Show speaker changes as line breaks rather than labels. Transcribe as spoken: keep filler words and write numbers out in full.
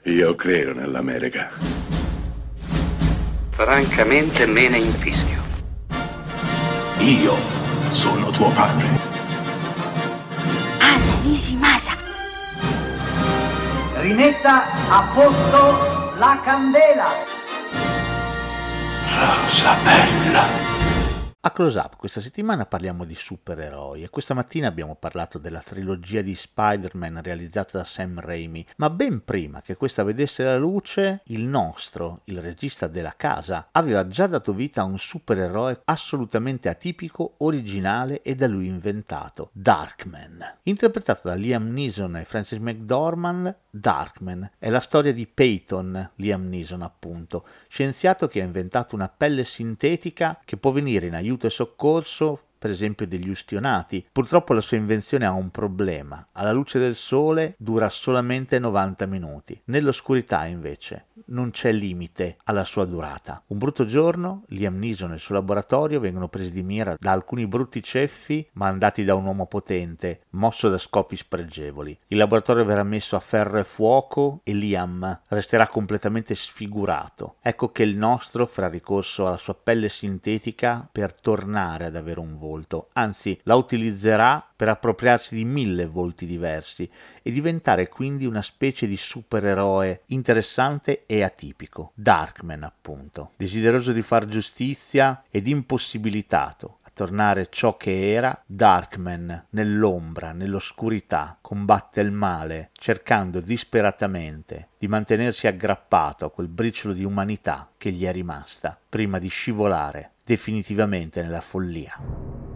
Io credo nell'America.
Francamente me ne infischio.
Io sono tuo padre.
Anna Nishimasa.
Rimetta a posto la candela.
Rosa bella.
A Close Up questa settimana parliamo di supereroi e questa mattina abbiamo parlato della trilogia di Spider-Man realizzata da Sam Raimi, ma ben prima che questa vedesse la luce, il nostro, il regista della casa, aveva già dato vita a un supereroe assolutamente atipico, originale e da lui inventato, Darkman. Interpretato da Liam Neeson e Frances McDormand, Darkman è la storia di Peyton, Liam Neeson appunto, scienziato che ha inventato una pelle sintetica che può venire in aiuto e soccorso, per esempio degli ustionati. Purtroppo la sua invenzione ha un problema: alla luce del sole dura solamente novanta minuti, nell'oscurità invece non c'è limite alla sua durata. Un brutto giorno Liam Neeson e il suo laboratorio vengono presi di mira da alcuni brutti ceffi mandati da un uomo potente, mosso da scopi spregevoli. Il laboratorio verrà messo a ferro e fuoco e Liam resterà completamente sfigurato. Ecco che il nostro farà ricorso alla sua pelle sintetica per tornare ad avere un volto, anzi la utilizzerà per appropriarsi di mille volti diversi e diventare quindi una specie di supereroe interessante e atipico, Darkman appunto, desideroso di far giustizia ed impossibilitato a tornare ciò che era. Darkman nell'ombra, nell'oscurità, combatte il male, cercando disperatamente di mantenersi aggrappato a quel briciolo di umanità che gli è rimasta prima di scivolare definitivamente nella follia.